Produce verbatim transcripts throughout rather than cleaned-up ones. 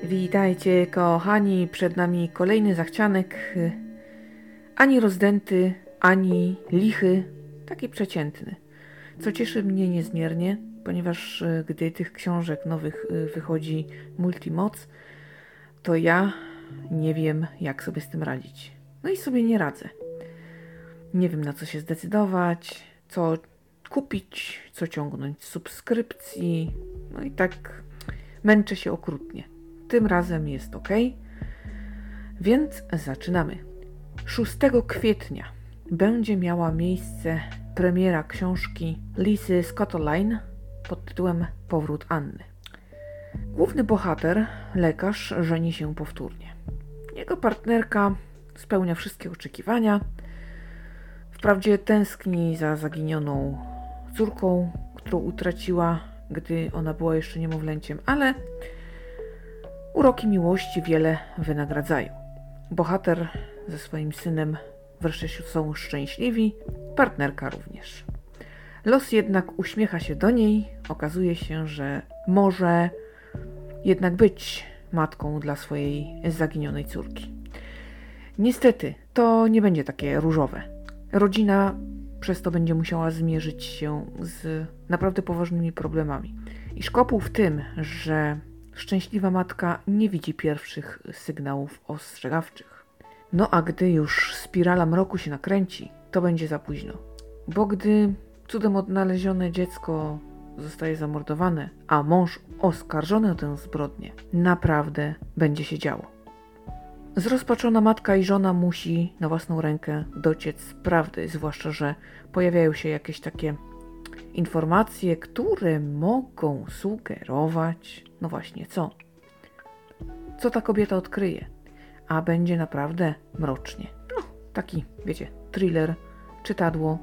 Witajcie kochani, przed nami kolejny zachcianek, ani rozdęty, ani lichy, taki przeciętny, co cieszy mnie niezmiernie, ponieważ gdy tych książek nowych wychodzi multimoc, to ja nie wiem, jak sobie z tym radzić. No i sobie nie radzę. Nie wiem, na co się zdecydować, co kupić, co ciągnąć z subskrypcji, no i tak męczę się okrutnie. Tym razem jest ok, więc zaczynamy. szóstego kwietnia będzie miała miejsce premiera książki Lisy Scottoline pod tytułem Powrót Anny. Główny bohater, lekarz, żeni się powtórnie. Jego partnerka spełnia wszystkie oczekiwania. Wprawdzie tęskni za zaginioną córką, którą utraciła, gdy ona była jeszcze niemowlęciem, ale uroki miłości wiele wynagradzają. Bohater ze swoim synem wreszcie są szczęśliwi, partnerka również. Los jednak uśmiecha się do niej, okazuje się, że może jednak być matką dla swojej zaginionej córki. Niestety, to nie będzie takie różowe. Rodzina przez to będzie musiała zmierzyć się z naprawdę poważnymi problemami. I szkopuł w tym, że szczęśliwa matka nie widzi pierwszych sygnałów ostrzegawczych. No a gdy już spirala mroku się nakręci, to będzie za późno. Bo gdy cudem odnalezione dziecko zostaje zamordowane, a mąż oskarżony o tę zbrodnię, naprawdę będzie się działo. Zrozpaczona matka i żona musi na własną rękę dociec prawdy, zwłaszcza że pojawiają się jakieś takie informacje, które mogą sugerować, no właśnie co? Co ta kobieta odkryje? A będzie naprawdę mrocznie. No, taki, wiecie, thriller, czytadło.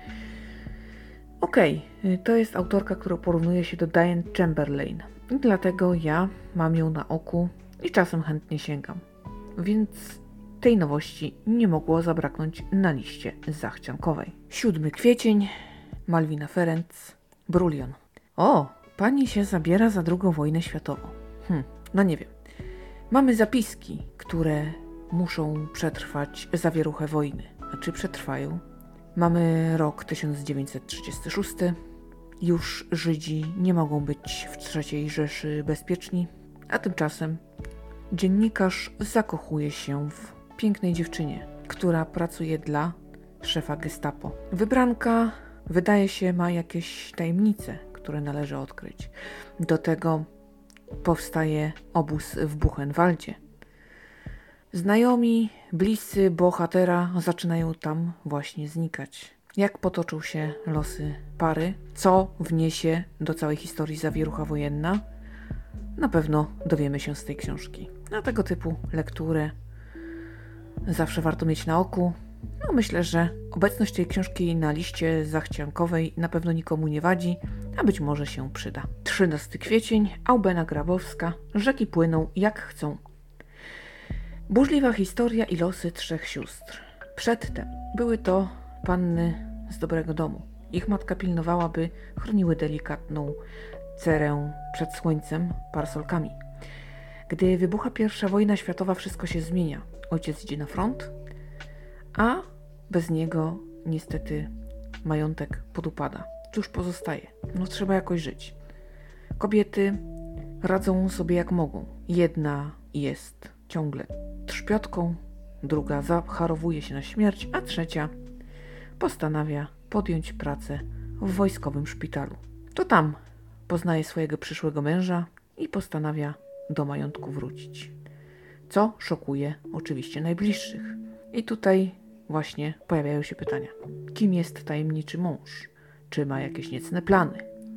Okej, okay, to jest autorka, która porównuje się do Diane Chamberlain. I dlatego ja mam ją na oku i czasem chętnie sięgam. Więc tej nowości nie mogło zabraknąć na liście zachciankowej. siódmy kwiecień, Malvina Ferenc, Brulion. O, pani się zabiera za drugą wojnę światową. Hm, no nie wiem. Mamy zapiski, które muszą przetrwać zawieruchę wojny. A czy przetrwają? Mamy rok tysiąc dziewięćset trzydziesty szósty. Już Żydzi nie mogą być w trzeciej Rzeszy bezpieczni, a tymczasem dziennikarz zakochuje się w pięknej dziewczynie, która pracuje dla szefa gestapo. Wybranka, wydaje się, ma jakieś tajemnice, które należy odkryć. Do tego powstaje obóz w Buchenwaldzie. Znajomi, bliscy bohatera zaczynają tam właśnie znikać. Jak potoczą się losy pary? Co wniesie do całej historii zawierucha wojenna? Na pewno dowiemy się z tej książki. Na tego typu lekturę zawsze warto mieć na oku. No myślę, że obecność tej książki na liście zachciankowej na pewno nikomu nie wadzi, a być może się przyda. trzynasty kwiecień, Aubena Grabowska, Rzeki płyną jak chcą. Burzliwa historia i losy trzech sióstr. Przedtem były to panny z dobrego domu. Ich matka pilnowała, by chroniły delikatną cerę przed słońcem parasolkami. Gdy wybucha pierwsza wojna światowa, wszystko się zmienia. Ojciec idzie na front, a bez niego niestety majątek podupada. Cóż pozostaje? No trzeba jakoś żyć. Kobiety radzą sobie jak mogą. Jedna jest ciągle trzpiotką, druga zacharowuje się na śmierć, a trzecia postanawia podjąć pracę w wojskowym szpitalu. To tam poznaje swojego przyszłego męża i postanawia do majątku wrócić. Co szokuje oczywiście najbliższych. I tutaj właśnie pojawiają się pytania. Kim jest tajemniczy mąż? Czy ma jakieś niecne plany?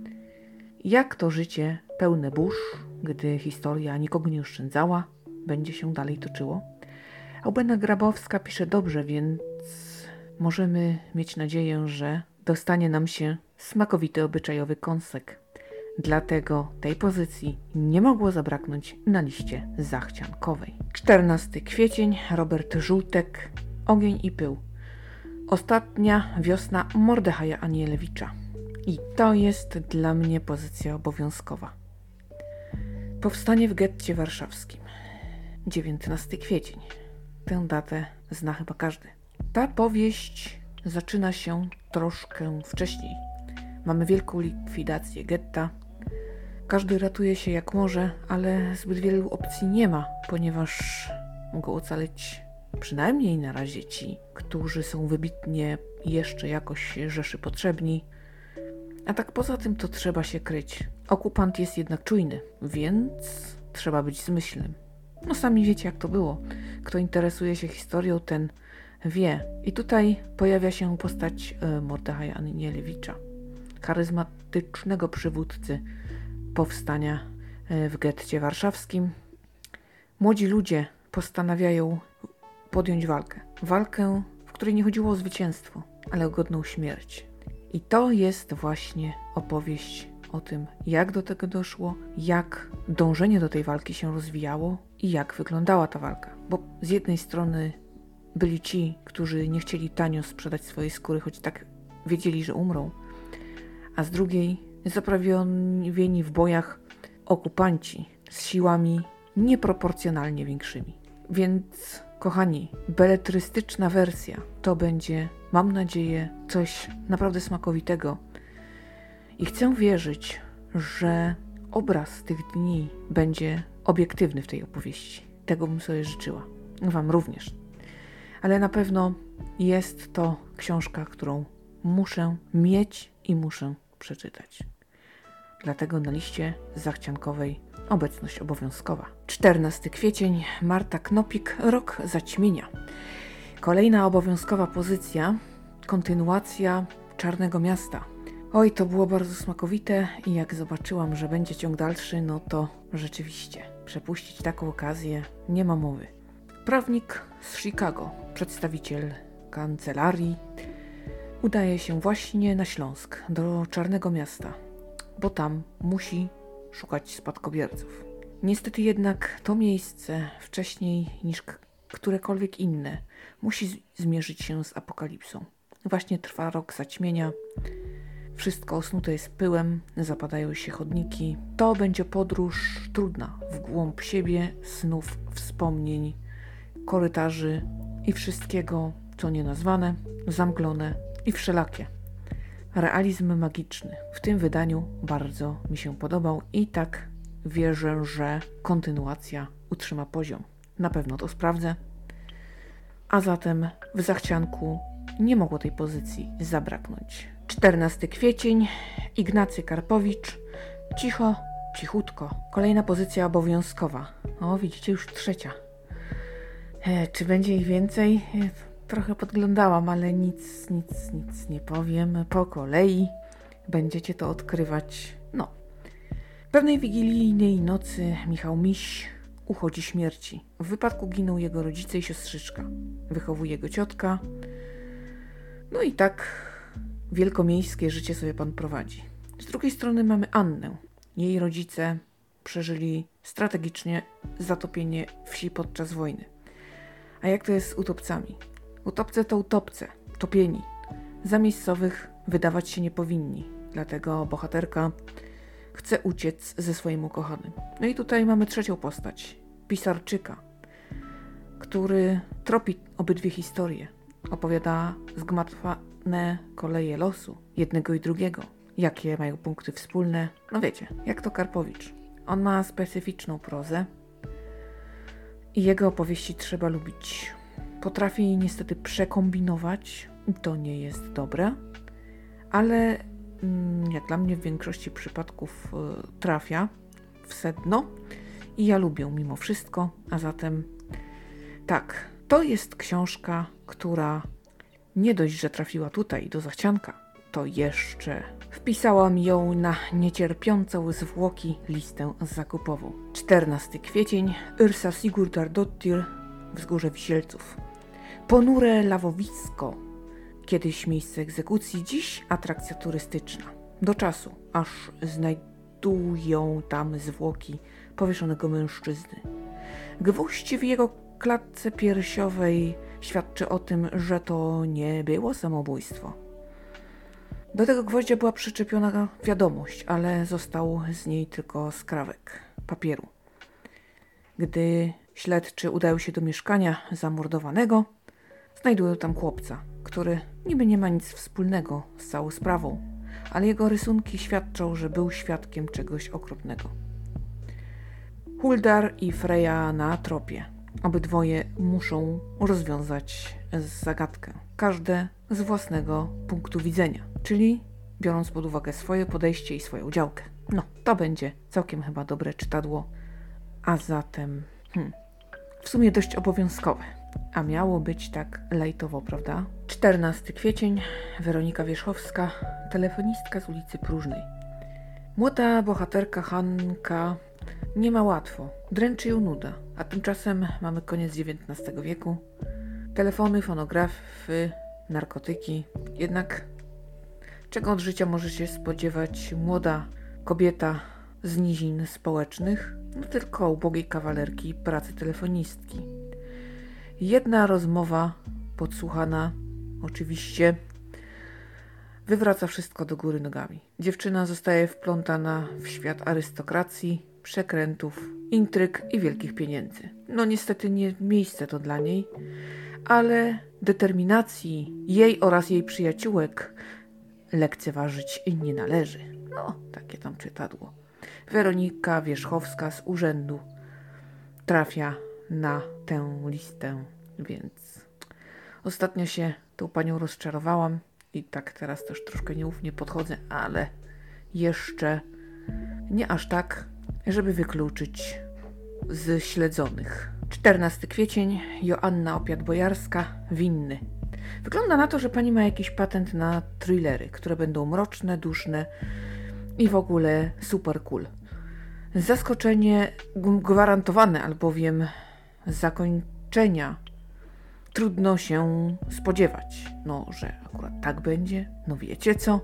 Jak to życie pełne burz, gdy historia nikogo nie oszczędzała, będzie się dalej toczyło? Aubena Grabowska pisze dobrze, więc możemy mieć nadzieję, że dostanie nam się smakowity obyczajowy kąsek. Dlatego tej pozycji nie mogło zabraknąć na liście zachciankowej. czternasty kwiecień, Robert Żółtek, Ogień i pył. Ostatnia wiosna Mordechaja Anielewicza. I to jest dla mnie pozycja obowiązkowa. Powstanie w getcie warszawskim. dziewiętnasty kwiecień. Tę datę zna chyba każdy. Ta powieść zaczyna się troszkę wcześniej. Mamy wielką likwidację getta. Każdy ratuje się jak może, ale zbyt wielu opcji nie ma, ponieważ mogą ocaleć przynajmniej na razie ci, którzy są wybitnie jeszcze jakoś Rzeszy potrzebni. A tak poza tym to trzeba się kryć. Okupant jest jednak czujny, więc trzeba być zmyślnym. No sami wiecie jak to było. Kto interesuje się historią, ten wie. I tutaj pojawia się postać e, Mordechaja Anielewicza, charyzmatycznego przywódcy powstania e, w getcie warszawskim. Młodzi ludzie postanawiają podjąć walkę. Walkę, w której nie chodziło o zwycięstwo, ale o godną śmierć. I to jest właśnie opowieść o tym, jak do tego doszło, jak dążenie do tej walki się rozwijało i jak wyglądała ta walka. Bo z jednej strony byli ci, którzy nie chcieli tanio sprzedać swojej skóry, choć tak wiedzieli, że umrą, a z drugiej zaprawieni w bojach okupanci z siłami nieproporcjonalnie większymi. Więc, kochani, beletrystyczna wersja to będzie, mam nadzieję, coś naprawdę smakowitego. I chcę wierzyć, że obraz tych dni będzie obiektywny w tej opowieści. Tego bym sobie życzyła. Wam również. Ale na pewno jest to książka, którą muszę mieć i muszę przeczytać. Dlatego na liście zachciankowej obecność obowiązkowa. czternasty kwiecień, Marta Knopik, Rok zaćmienia. Kolejna obowiązkowa pozycja, kontynuacja Czarnego Miasta. Oj, to było bardzo smakowite i jak zobaczyłam, że będzie ciąg dalszy, no to rzeczywiście przepuścić taką okazję nie ma mowy. Prawnik z Chicago, przedstawiciel kancelarii, udaje się właśnie na Śląsk, do Czarnego Miasta, bo tam musi szukać spadkobierców. Niestety jednak to miejsce wcześniej niż k- którekolwiek inne musi z- zmierzyć się z apokalipsą. Właśnie trwa rok zaćmienia, wszystko osnute jest pyłem, zapadają się chodniki. To będzie podróż trudna w głąb siebie, snów, wspomnień, korytarzy i wszystkiego, co nienazwane, zamglone i wszelakie. Realizm magiczny w tym wydaniu bardzo mi się podobał i tak wierzę, że kontynuacja utrzyma poziom. Na pewno to sprawdzę. A zatem w zachcianku nie mogło tej pozycji zabraknąć. czternasty kwiecień, Ignacy Karpowicz, Cicho, cichutko. Kolejna pozycja obowiązkowa. O, widzicie, już trzecia. E, czy będzie ich więcej? E, trochę podglądałam, ale nic, nic, nic nie powiem. Po kolei będziecie to odkrywać. No. Pewnej wigilijnej nocy Michał Miś uchodzi śmierci. W wypadku giną jego rodzice i siostrzyczka. Wychowuje go ciotka. No i tak wielkomiejskie życie sobie pan prowadzi. Z drugiej strony mamy Annę. Jej rodzice przeżyli strategicznie zatopienie wsi podczas wojny. A jak to jest z utopcami? Utopce to utopce, topieni. Za miejscowych wydawać się nie powinni. Dlatego bohaterka chce uciec ze swoim ukochanym. No i tutaj mamy trzecią postać. Pisarczyka, który tropi obydwie historie. Opowiada zgmatwane koleje losu jednego i drugiego. Jakie mają punkty wspólne? No wiecie, jak to Karpowicz. On ma specyficzną prozę i jego opowieści trzeba lubić. Potrafi niestety przekombinować, to nie jest dobre, ale mm, jak dla mnie w większości przypadków y, trafia w sedno i ja lubię mimo wszystko, a zatem tak, to jest książka, która nie dość, że trafiła tutaj do zachcianka, to jeszcze wpisałam ją na niecierpiącą zwłoki listę zakupową. czternasty kwiecień, Yrsa Sigurdardóttir, Wzgórze Wisielców. Ponure lawowisko, kiedyś miejsce egzekucji, dziś atrakcja turystyczna. Do czasu, aż znajdują tam zwłoki powieszonego mężczyzny. Gwóźdź w jego klatce piersiowej świadczy o tym, że to nie było samobójstwo. Do tego gwoździa była przyczepiona wiadomość, ale został z niej tylko skrawek papieru. Gdy śledczy udają się do mieszkania zamordowanego, znajdują tam chłopca, który niby nie ma nic wspólnego z całą sprawą, ale jego rysunki świadczą, że był świadkiem czegoś okropnego. Huldar i Freya na tropie. Obydwoje muszą rozwiązać zagadkę. Każde z własnego punktu widzenia, czyli biorąc pod uwagę swoje podejście i swoją działkę. No, to będzie całkiem chyba dobre czytadło, a zatem hmm, w sumie dość obowiązkowe. A miało być tak lajtowo, prawda? czternasty kwiecień, Weronika Wierzchowska, telefonistka z ulicy Próżnej. Młoda bohaterka Hanka nie ma łatwo, dręczy ją nuda, a tymczasem mamy koniec dziewiętnastego wieku. Telefony, fonografy, narkotyki. Jednak czego od życia może się spodziewać młoda kobieta z nizin społecznych? No tylko ubogiej kawalerki pracy telefonistki. Jedna rozmowa podsłuchana, oczywiście, wywraca wszystko do góry nogami. Dziewczyna zostaje wplątana w świat arystokracji, przekrętów, intryg i wielkich pieniędzy. No niestety nie miejsce to dla niej, ale determinacji jej oraz jej przyjaciółek lekceważyć nie należy. No, takie tam czytadło. Weronika Wierzchowska z urzędu trafia na tę listę, więc ostatnio się tą panią rozczarowałam i tak teraz też troszkę nieufnie podchodzę, ale jeszcze nie aż tak, żeby wykluczyć z śledzonych. czternasty kwiecień, Joanna Opiat-Bojarska, Winny. Wygląda na to, że pani ma jakiś patent na thrillery, które będą mroczne, duszne i w ogóle super cool. Zaskoczenie gwarantowane, albowiem zakończenia trudno się spodziewać. No, że akurat tak będzie, no wiecie co?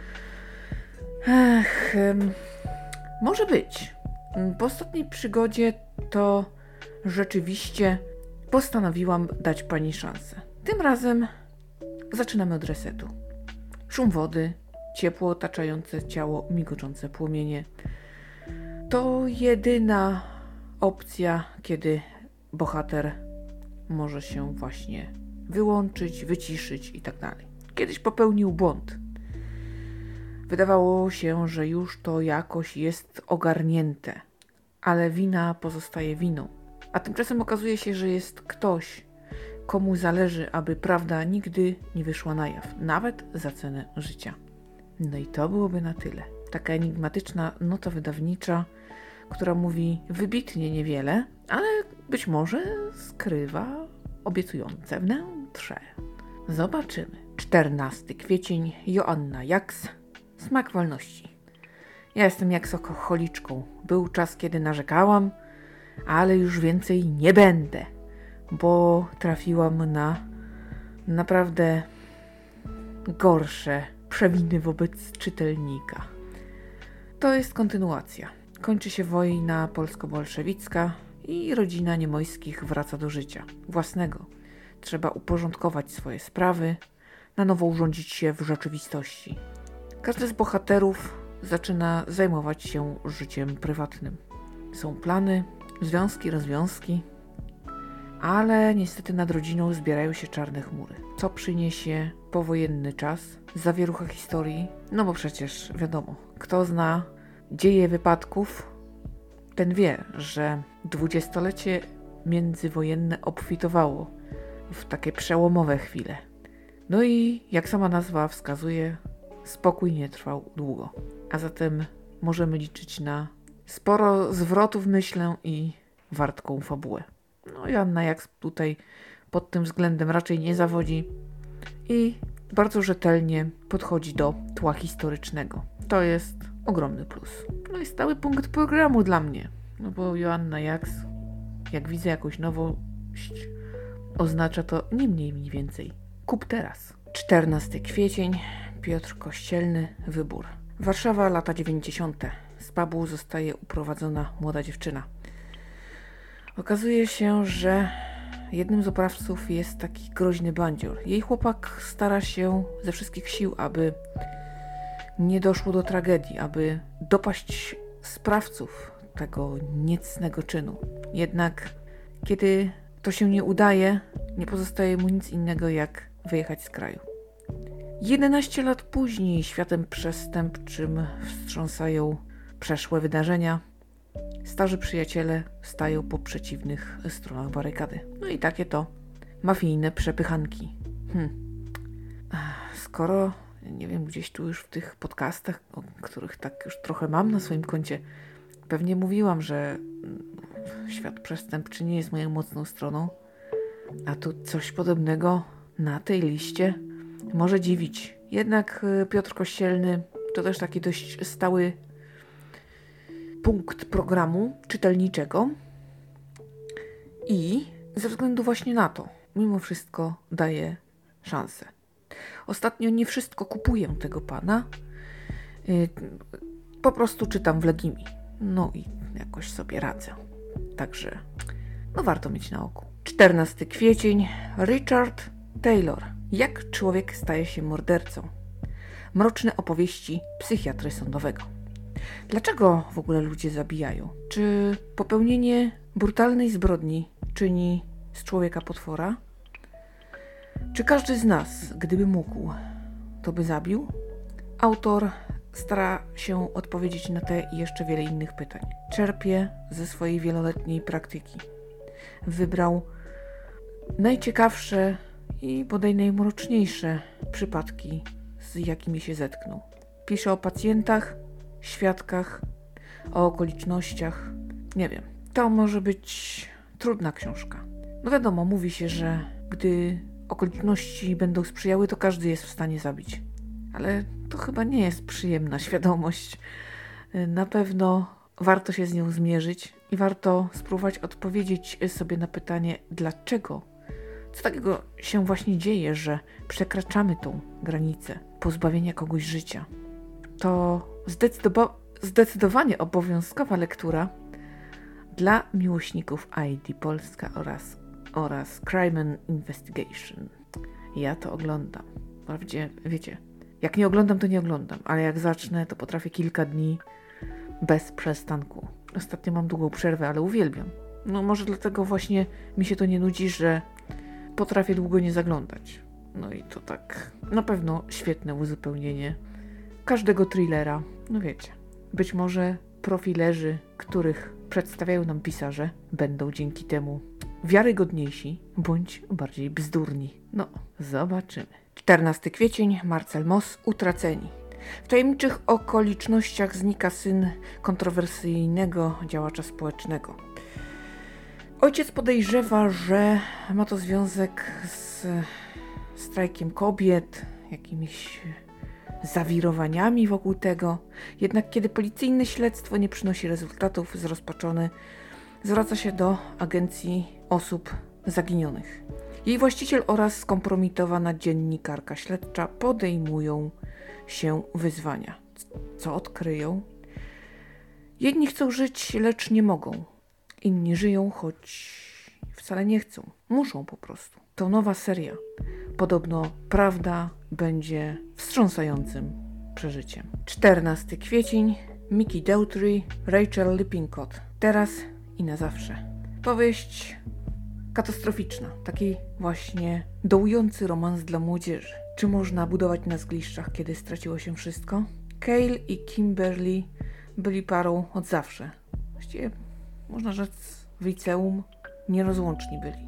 Ech, um, może być. Po ostatniej przygodzie to rzeczywiście postanowiłam dać pani szansę. Tym razem zaczynamy od resetu. Szum wody, ciepło otaczające ciało, migoczące płomienie. To jedyna opcja, kiedy bohater może się właśnie wyłączyć, wyciszyć i tak dalej. Kiedyś popełnił błąd. Wydawało się, że już to jakoś jest ogarnięte, ale wina pozostaje winą. A tymczasem okazuje się, że jest ktoś, komu zależy, aby prawda nigdy nie wyszła na jaw, nawet za cenę życia. No i to byłoby na tyle. Taka enigmatyczna nota wydawnicza, która mówi wybitnie niewiele, ale być może skrywa obiecujące wnętrze. Zobaczymy. czternasty kwiecień, Joanna Jaks, Smak wolności. Ja jestem jaksokocholiczką. Był czas, kiedy narzekałam, ale już więcej nie będę, bo trafiłam na naprawdę gorsze przewiny wobec czytelnika. To jest kontynuacja. Kończy się wojna polsko-bolszewicka i rodzina Niemojskich wraca do życia własnego. Trzeba uporządkować swoje sprawy, na nowo urządzić się w rzeczywistości. Każdy z bohaterów zaczyna zajmować się życiem prywatnym. Są plany, związki, rozwiązki, ale niestety nad rodziną zbierają się czarne chmury. Co przyniesie powojenny czas, zawierucha historii? No bo przecież wiadomo, kto zna dzieje wypadków, ten wie, że dwudziestolecie międzywojenne obfitowało w takie przełomowe chwile. No i jak sama nazwa wskazuje, spokój nie trwał długo. A zatem możemy liczyć na sporo zwrotów, myślę, i wartką fabułę. No Joanna jak tutaj pod tym względem raczej nie zawodzi i bardzo rzetelnie podchodzi do tła historycznego. To jest ogromny plus. No i stały punkt programu dla mnie. No bo Joanna Jaks, jak widzę jakąś nowość, oznacza to nie mniej, mniej więcej. Kup teraz. czternasty kwiecień, Piotr Kościelny, Wybór. Warszawa, lata dziewięćdziesiąte. Z pubu zostaje uprowadzona młoda dziewczyna. Okazuje się, że jednym z oprawców jest taki groźny bandzior. Jej chłopak stara się ze wszystkich sił, aby nie doszło do tragedii, aby dopaść sprawców tego niecnego czynu. Jednak kiedy to się nie udaje, nie pozostaje mu nic innego jak wyjechać z kraju. jedenaście lat później światem przestępczym wstrząsają przeszłe wydarzenia. Starzy przyjaciele stają po przeciwnych stronach barykady. No i takie to mafijne przepychanki. Hm. Skoro, nie wiem, gdzieś tu już w tych podcastach, o których tak już trochę mam na swoim koncie, pewnie mówiłam, że świat przestępczy nie jest moją mocną stroną, a tu coś podobnego na tej liście może dziwić. Jednak Piotr Kościelny to też taki dość stały punkt programu czytelniczego i ze względu właśnie na to, mimo wszystko daję szansę. Ostatnio nie wszystko kupuję tego pana, po prostu czytam w Legimi, no i jakoś sobie radzę, także no warto mieć na oku. czternasty kwiecień, Richard Taylor. Jak człowiek staje się mordercą? Mroczne opowieści psychiatry sądowego. Dlaczego w ogóle ludzie zabijają? Czy popełnienie brutalnej zbrodni czyni z człowieka potwora? Czy każdy z nas, gdyby mógł, to by zabił? Autor stara się odpowiedzieć na te i jeszcze wiele innych pytań. Czerpie ze swojej wieloletniej praktyki. Wybrał najciekawsze i bodaj najmroczniejsze przypadki, z jakimi się zetknął. Pisze o pacjentach, świadkach, o okolicznościach. Nie wiem, to może być trudna książka. No wiadomo, mówi się, że gdy okoliczności będą sprzyjały, to każdy jest w stanie zabić. Ale to chyba nie jest przyjemna świadomość. Na pewno warto się z nią zmierzyć i warto spróbować odpowiedzieć sobie na pytanie, dlaczego, co takiego się właśnie dzieje, że przekraczamy tą granicę pozbawienia kogoś życia. To zdecydowa- zdecydowanie obowiązkowa lektura dla miłośników I D Polska oraz, oraz Crime and Investigation. Ja to oglądam. Wprawdzie, wiecie, jak nie oglądam, to nie oglądam, ale jak zacznę, to potrafię kilka dni bez przestanku. Ostatnio mam długą przerwę, ale uwielbiam. No może dlatego właśnie mi się to nie nudzi, że potrafię długo nie zaglądać. No i to tak na pewno świetne uzupełnienie każdego thrillera. No wiecie, być może profilerzy, których przedstawiają nam pisarze, będą dzięki temu wiarygodniejsi bądź bardziej bzdurni. No, zobaczymy. czternasty kwiecień, Marcel Moss, Utraceni. W tajemniczych okolicznościach znika syn kontrowersyjnego działacza społecznego. Ojciec podejrzewa, że ma to związek z strajkiem kobiet, jakimiś zawirowaniami wokół tego. Jednak kiedy policyjne śledztwo nie przynosi rezultatów, zrozpaczony zwraca się do Agencji Osób Zaginionych. Jej właściciel oraz skompromitowana dziennikarka śledcza podejmują się wyzwania. Co odkryją? Jedni chcą żyć, lecz nie mogą. Inni żyją, choć wcale nie chcą. Muszą po prostu. To nowa seria. Podobno prawda będzie wstrząsającym przeżyciem. czternasty kwiecień, Mickey Daughtry, Rachel Lippincott. Teraz i na zawsze. Powieść katastroficzna. Taki właśnie dołujący romans dla młodzieży. Czy można budować na zgliszczach, kiedy straciło się wszystko? Cale i Kimberly byli parą od zawsze. Właściwie można rzec w liceum nierozłączni byli.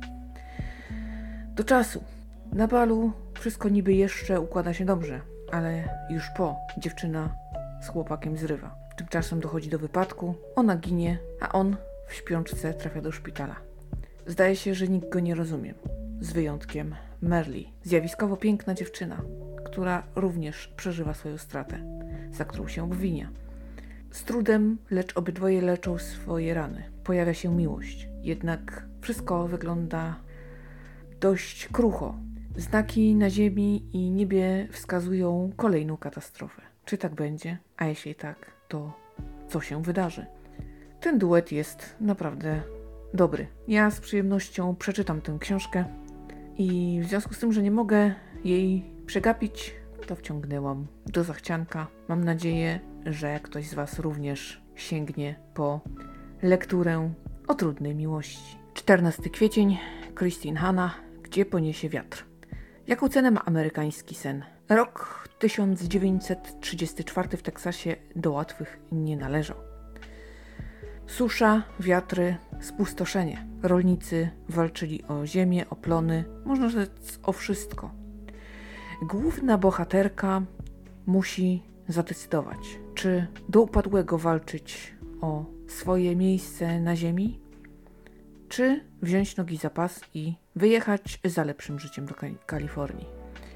Do czasu. Na balu wszystko niby jeszcze układa się dobrze, ale już po dziewczyna z chłopakiem zrywa. Tymczasem dochodzi do wypadku, ona ginie, a on w śpiączce trafia do szpitala. Zdaje się, że nikt go nie rozumie, z wyjątkiem Merli, zjawiskowo piękna dziewczyna, która również przeżywa swoją stratę, za którą się obwinia. Z trudem, lecz obydwoje leczą swoje rany. Pojawia się miłość, jednak wszystko wygląda dość krucho. Znaki na ziemi i niebie wskazują kolejną katastrofę. Czy tak będzie? A jeśli tak, to co się wydarzy? Ten duet jest naprawdę dobry. Ja z przyjemnością przeczytam tę książkę i w związku z tym, że nie mogę jej przegapić, to wciągnęłam do zachcianka. Mam nadzieję, że ktoś z Was również sięgnie po lekturę o trudnej miłości. czternasty kwiecień, Christine Hanna, Gdzie poniesie wiatr. Jaką cenę ma amerykański sen? Rok tysiąc dziewięćset trzydziesty czwarty w Teksasie do łatwych nie należał. Susza, wiatry, spustoszenie. Rolnicy walczyli o ziemię, o plony, można rzec o wszystko. Główna bohaterka musi zadecydować, czy do upadłego walczyć o swoje miejsce na ziemi, czy wziąć nogi za pas i wyjechać za lepszym życiem do Kalifornii.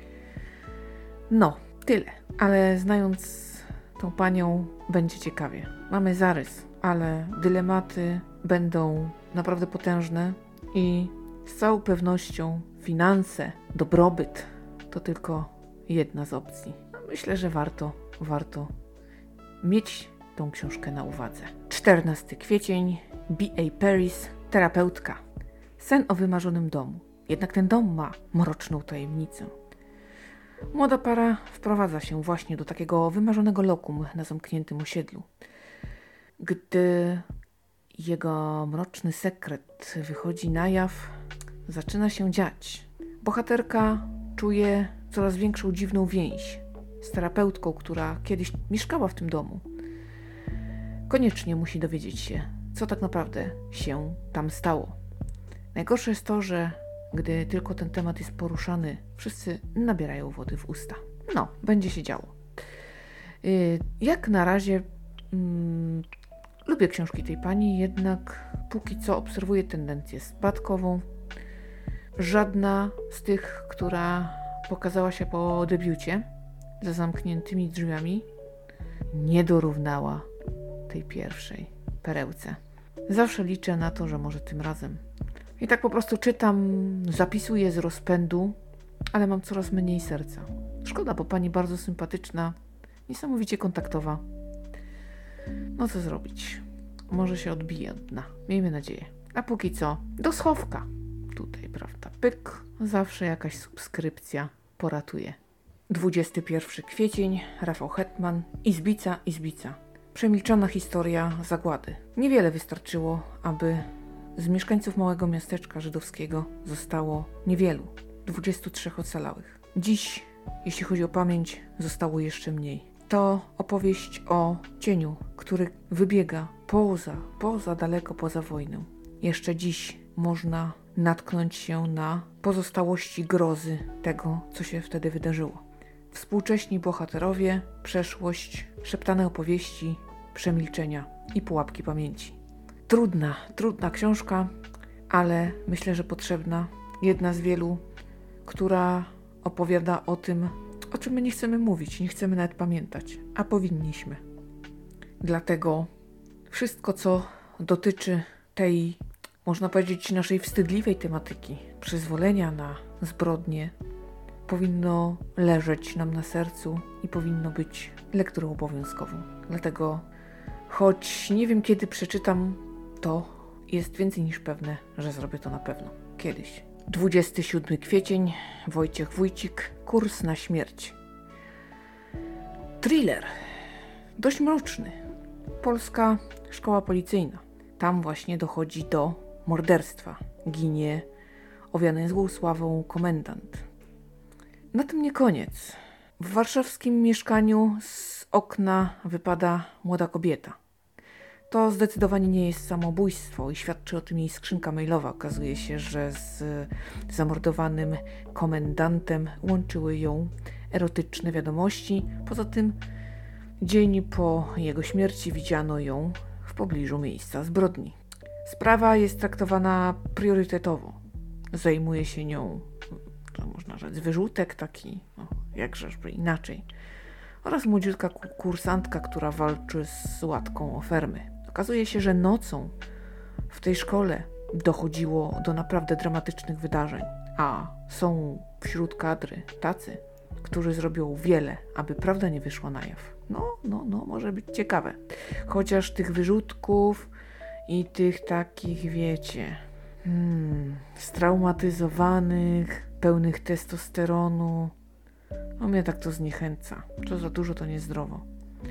No, tyle. Ale znając tą panią, będzie ciekawie. Mamy zarys, ale dylematy będą naprawdę potężne i z całą pewnością finanse, dobrobyt to tylko jedna z opcji. Myślę, że warto, warto mieć tą książkę na uwadze. czternasty kwiecień, B A Paris, terapeutka. Sen o wymarzonym domu. Jednak ten dom ma mroczną tajemnicę. Młoda para wprowadza się właśnie do takiego wymarzonego lokum na zamkniętym osiedlu. Gdy jego mroczny sekret wychodzi na jaw, zaczyna się dziać. Bohaterka czuje coraz większą dziwną więź z terapeutką, która kiedyś mieszkała w tym domu. Koniecznie musi dowiedzieć się, co tak naprawdę się tam stało. Najgorsze jest to, że gdy tylko ten temat jest poruszany, wszyscy nabierają wody w usta. No, będzie się działo. Yy, jak na razie mm, lubię książki tej pani, jednak póki co obserwuję tendencję spadkową. Żadna z tych, która pokazała się po debiucie za zamkniętymi drzwiami, nie dorównała tej pierwszej perełce. Zawsze liczę na to, że może tym razem. I tak po prostu czytam, zapisuję z rozpędu, ale mam coraz mniej serca. Szkoda, bo pani bardzo sympatyczna, niesamowicie kontaktowa. No co zrobić? Może się odbije od dna. Miejmy nadzieję. A póki co, do schowka. Tutaj, prawda, pyk. Zawsze jakaś subskrypcja poratuje. dwudziesty pierwszy kwiecień, Rafał Hetman, Izbica, Izbica. Przemilczona historia zagłady. Niewiele wystarczyło, aby z mieszkańców małego miasteczka żydowskiego zostało niewielu. dwudziestu trzech ocalałych. Dziś, jeśli chodzi o pamięć, zostało jeszcze mniej. To opowieść o cieniu, który wybiega poza, poza, daleko poza wojnę. Jeszcze dziś można natknąć się na pozostałości grozy tego, co się wtedy wydarzyło. Współcześni bohaterowie, przeszłość, szeptane opowieści, przemilczenia i pułapki pamięci. Trudna, trudna książka, ale myślę, że potrzebna. Jedna z wielu, która opowiada o tym, o czym my nie chcemy mówić, nie chcemy nawet pamiętać, a powinniśmy. Dlatego wszystko, co dotyczy tej, można powiedzieć, naszej wstydliwej tematyki, przyzwolenia na zbrodnie, powinno leżeć nam na sercu i powinno być lekturą obowiązkową. Dlatego, choć nie wiem, kiedy przeczytam, to jest więcej niż pewne, że zrobię to na pewno. Kiedyś. dwudziesty siódmy kwiecień, Wojciech Wójcik, Kurs na śmierć. Thriller. Dość mroczny. Polska szkoła policyjna. Tam właśnie dochodzi do morderstwa. Ginie owiany złą sławą komendant. Na tym nie koniec. W warszawskim mieszkaniu z okna wypada młoda kobieta. To zdecydowanie nie jest samobójstwo i świadczy o tym jej skrzynka mailowa. Okazuje się, że z zamordowanym komendantem łączyły ją erotyczne wiadomości. Poza tym dzień po jego śmierci widziano ją w pobliżu miejsca zbrodni. Sprawa jest traktowana priorytetowo. Zajmuje się nią, to można rzec, wyrzutek taki, no, jakżeżby inaczej. Oraz młodziutka kursantka, która walczy z łatką o fermy. Okazuje się, że nocą w tej szkole dochodziło do naprawdę dramatycznych wydarzeń, a są wśród kadry tacy, którzy zrobią wiele, aby prawda nie wyszła na jaw. No, no, no, może być ciekawe. Chociaż tych wyrzutków i tych takich, wiecie, hmm, straumatyzowanych, pełnych testosteronu, no mnie tak to zniechęca. To za dużo, to niezdrowo.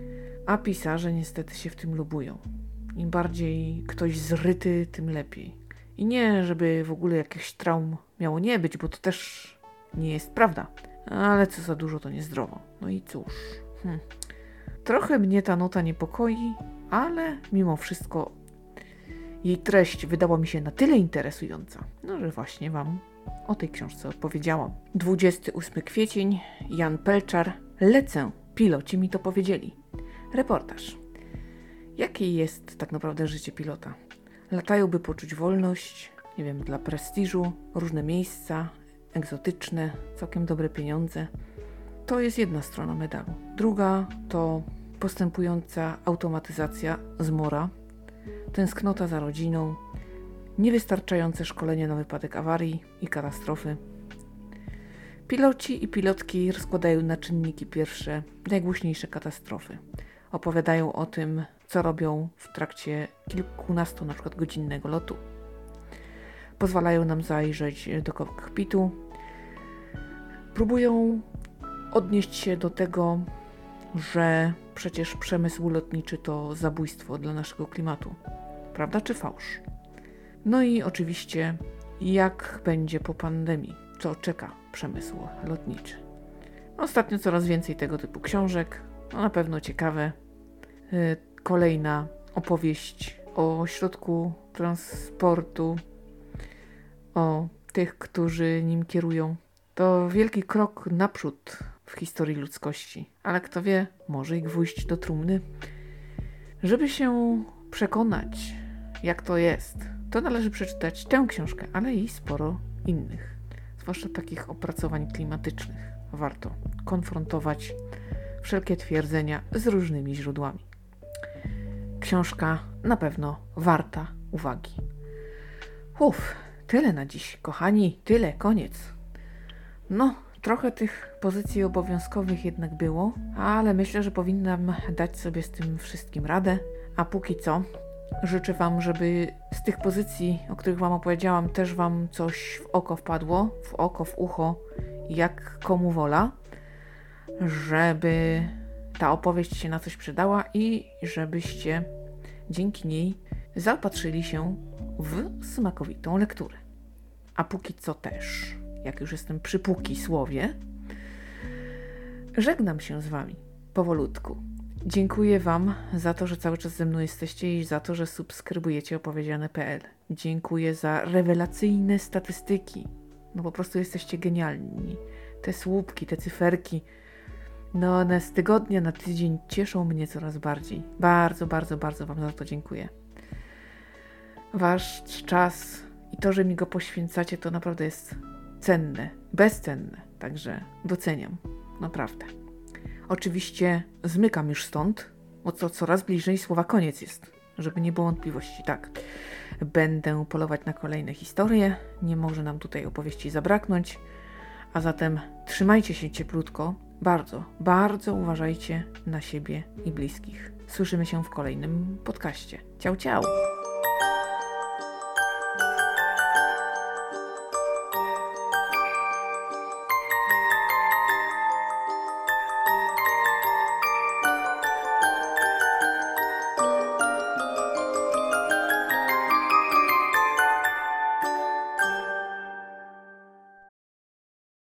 A pisarze niestety się w tym lubują. Im bardziej ktoś zryty, tym lepiej. I nie, żeby w ogóle jakichś traum miało nie być, bo to też nie jest prawda. Ale co za dużo, to niezdrowo. No i cóż. Hm. Trochę mnie ta nota niepokoi, ale mimo wszystko jej treść wydała mi się na tyle interesująca, no że właśnie wam o tej książce opowiedziałam. dwudziestego ósmego kwietnia, Jan Pelczar. Lecę, piloci mi to powiedzieli. Reportaż. Jakie jest tak naprawdę życie pilota? Latają, by poczuć wolność, nie wiem, dla prestiżu, różne miejsca, egzotyczne, całkiem dobre pieniądze. To jest jedna strona medalu. Druga to postępująca automatyzacja zmora, tęsknota za rodziną, niewystarczające szkolenie na wypadek awarii i katastrofy. Piloci i pilotki rozkładają na czynniki pierwsze najgłośniejsze katastrofy. Opowiadają o tym, co robią w trakcie kilkunastu na przykład godzinnego lotu. Pozwalają nam zajrzeć do kokpitu. Próbują odnieść się do tego, że przecież przemysł lotniczy to zabójstwo dla naszego klimatu. Prawda czy fałsz? No i oczywiście, jak będzie po pandemii, co czeka przemysł lotniczy. Ostatnio coraz więcej tego typu książek, no na pewno ciekawe. Yy, kolejna opowieść o środku transportu, o tych, którzy nim kierują. To wielki krok naprzód w historii ludzkości, ale kto wie, może i gwóźdź do trumny. Żeby się przekonać, jak to jest, to należy przeczytać tę książkę, ale i sporo innych, zwłaszcza takich opracowań klimatycznych. Warto konfrontować wszelkie twierdzenia z różnymi źródłami. Książka na pewno warta uwagi. Uff, tyle na dziś, kochani, tyle, koniec. No, trochę tych pozycji obowiązkowych jednak było, ale myślę, że powinnam dać sobie z tym wszystkim radę. A póki co, życzę wam, żeby z tych pozycji, o których wam opowiedziałam, też wam coś w oko wpadło, w oko, w ucho, jak komu wola, żeby ta opowieść się na coś przydała i żebyście dzięki niej zaopatrzyli się w smakowitą lekturę. A póki co też, jak już jestem przy póki słowie, żegnam się z wami powolutku. Dziękuję wam za to, że cały czas ze mną jesteście i za to, że subskrybujecie opowiedziane kropka pe el. Dziękuję za rewelacyjne statystyki. No po prostu jesteście genialni. Te słupki, te cyferki, no one z tygodnia na tydzień cieszą mnie coraz bardziej. Bardzo, bardzo, bardzo wam za to dziękuję. Wasz czas i to, że mi go poświęcacie, to naprawdę jest cenne, bezcenne. Także doceniam. Naprawdę. Oczywiście zmykam już stąd, bo co coraz bliżej słowa koniec jest. Żeby nie było wątpliwości, tak. Będę polować na kolejne historie. Nie może nam tutaj opowieści zabraknąć. A zatem trzymajcie się cieplutko. Bardzo, bardzo uważajcie na siebie i bliskich. Słyszymy się w kolejnym podcaście. Ciao, ciao!